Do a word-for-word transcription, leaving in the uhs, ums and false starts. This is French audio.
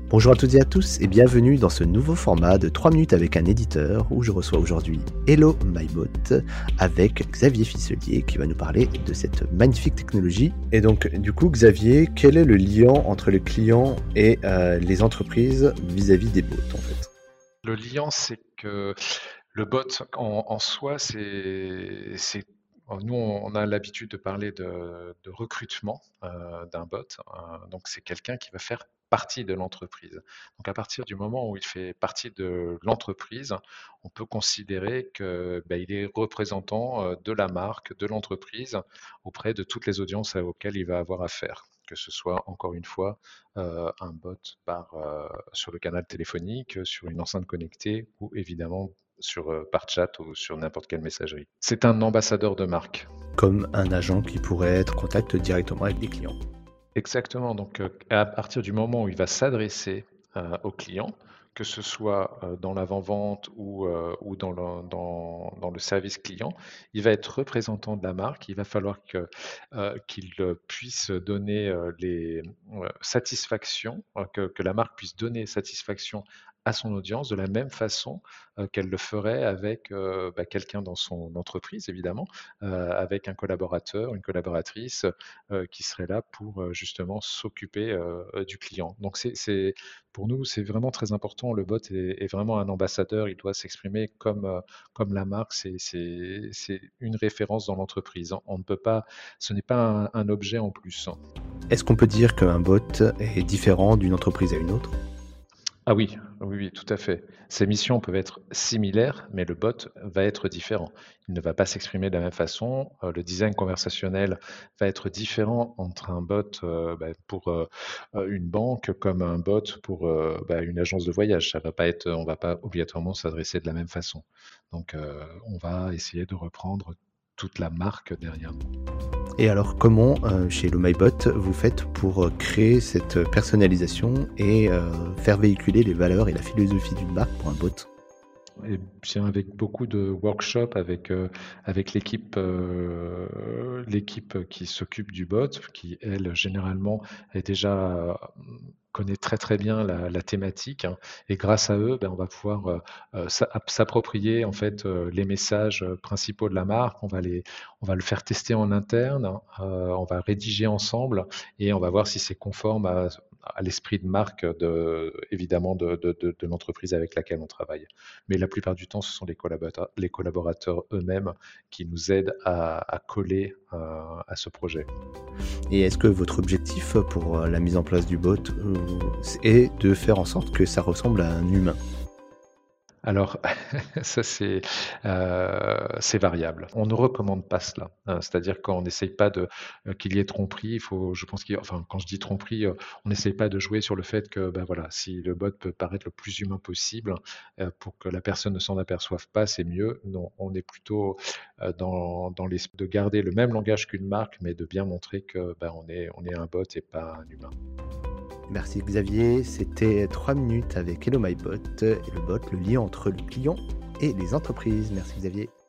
Bonjour à toutes et à tous et bienvenue dans ce nouveau format de trois minutes avec un éditeur où je reçois aujourd'hui Hello MyBot avec Xavier Fisselier qui va nous parler de cette magnifique technologie. Et donc du coup Xavier, quel est le lien entre les clients et euh, les entreprises vis-à-vis des bots en fait? Le lien, c'est que le bot en, en soi, c'est, c'est- nous, on a l'habitude de parler de, de recrutement euh, d'un bot. Euh, donc, c'est quelqu'un qui va faire partie de l'entreprise. Donc, à partir du moment où il fait partie de l'entreprise, on peut considérer que ben, il est représentant euh, de la marque, de l'entreprise, auprès de toutes les audiences auxquelles il va avoir affaire. Que ce soit encore une fois euh, un bot par, euh, sur le canal téléphonique, sur une enceinte connectée ou évidemment sur, euh, par chat ou sur n'importe quelle messagerie. C'est un ambassadeur de marque. Comme un agent qui pourrait être en contact directement avec des clients. Exactement. Donc, euh, à partir du moment où il va s'adresser euh, au client, que ce soit euh, dans l'avant-vente ou, euh, ou dans le, dans, dans le service client, il va être représentant de la marque. Il va falloir que, euh, qu'il euh, puisse donner euh, les euh, satisfactions, euh, que, que la marque puisse donner satisfaction à son audience de la même façon euh, qu'elle le ferait avec euh, bah, quelqu'un dans son entreprise, évidemment, euh, avec un collaborateur, une collaboratrice euh, qui serait là pour euh, justement s'occuper euh, euh, du client. Donc c'est, c'est- pour nous, c'est vraiment très important. Le bot est, est vraiment un ambassadeur. Il doit s'exprimer comme, euh, comme la marque. C'est, c'est, c'est une référence dans l'entreprise. On ne peut pas, ce n'est pas un, un objet en plus. Est-ce qu'on peut dire qu'un bot est différent d'une entreprise à une autre? Ah oui, oui, oui, tout à fait. Ces missions peuvent être similaires, mais le bot va être différent. Il ne va pas s'exprimer de la même façon. Euh, le design conversationnel va être différent entre un bot euh, bah, pour euh, euh, une banque comme un bot pour euh, bah, une agence de voyage. Ça va pas être, on va pas obligatoirement s'adresser de la même façon. Donc, euh, on va essayer de reprendre toute la marque derrière. Et alors, comment, euh, chez HelloMyBot, vous faites pour euh, créer cette personnalisation et euh, faire véhiculer les valeurs et la philosophie d'une marque pour un bot? Et bien avec beaucoup de workshops avec, heu, avec l'équipe, heu, l'équipe qui s'occupe du bot, qui elle généralement est déjà, mmh, connaît très, très bien la la thématique, hein, et grâce à eux, ben, on va pouvoir, heu heu, s'a s'approprier en fait, heu, les messages, heu, principaux de la marque. On va les on va le faire tester en interne, heu, on va rédiger ensemble et on va voir si c'est conforme à à l'esprit de marque de évidemment de de de de l'entreprise avec laquelle on travaille. Mais la plupart du temps, ce sont les collaborateurs, les collaborateurs eux-mêmes qui nous aident à, à coller euh, à ce projet. Et est-ce que votre objectif pour euh, la mise en place du bot euh, est de faire en sorte que ça ressemble à un humain? Alors, ça c'est euh, c'est variable. On ne recommande pas cela. Hein. C'est-à-dire qu'on n'essaye pas de euh, qu'il y ait tromperie. Il faut, je pense qu'il, enfin, quand je dis tromperie, euh, on n'essaye pas de jouer sur le fait que, ben voilà, si le bot peut paraître le plus humain possible euh, pour que la personne ne s'en aperçoive pas, c'est mieux. Non, on est plutôt euh, dans dans l'esprit de garder le même langage qu'une marque, mais de bien montrer que ben, on est on est un bot et pas un humain. Merci Xavier, c'était trois minutes avec Hello My Bot et le bot, le lien entre le client et les entreprises. Merci Xavier.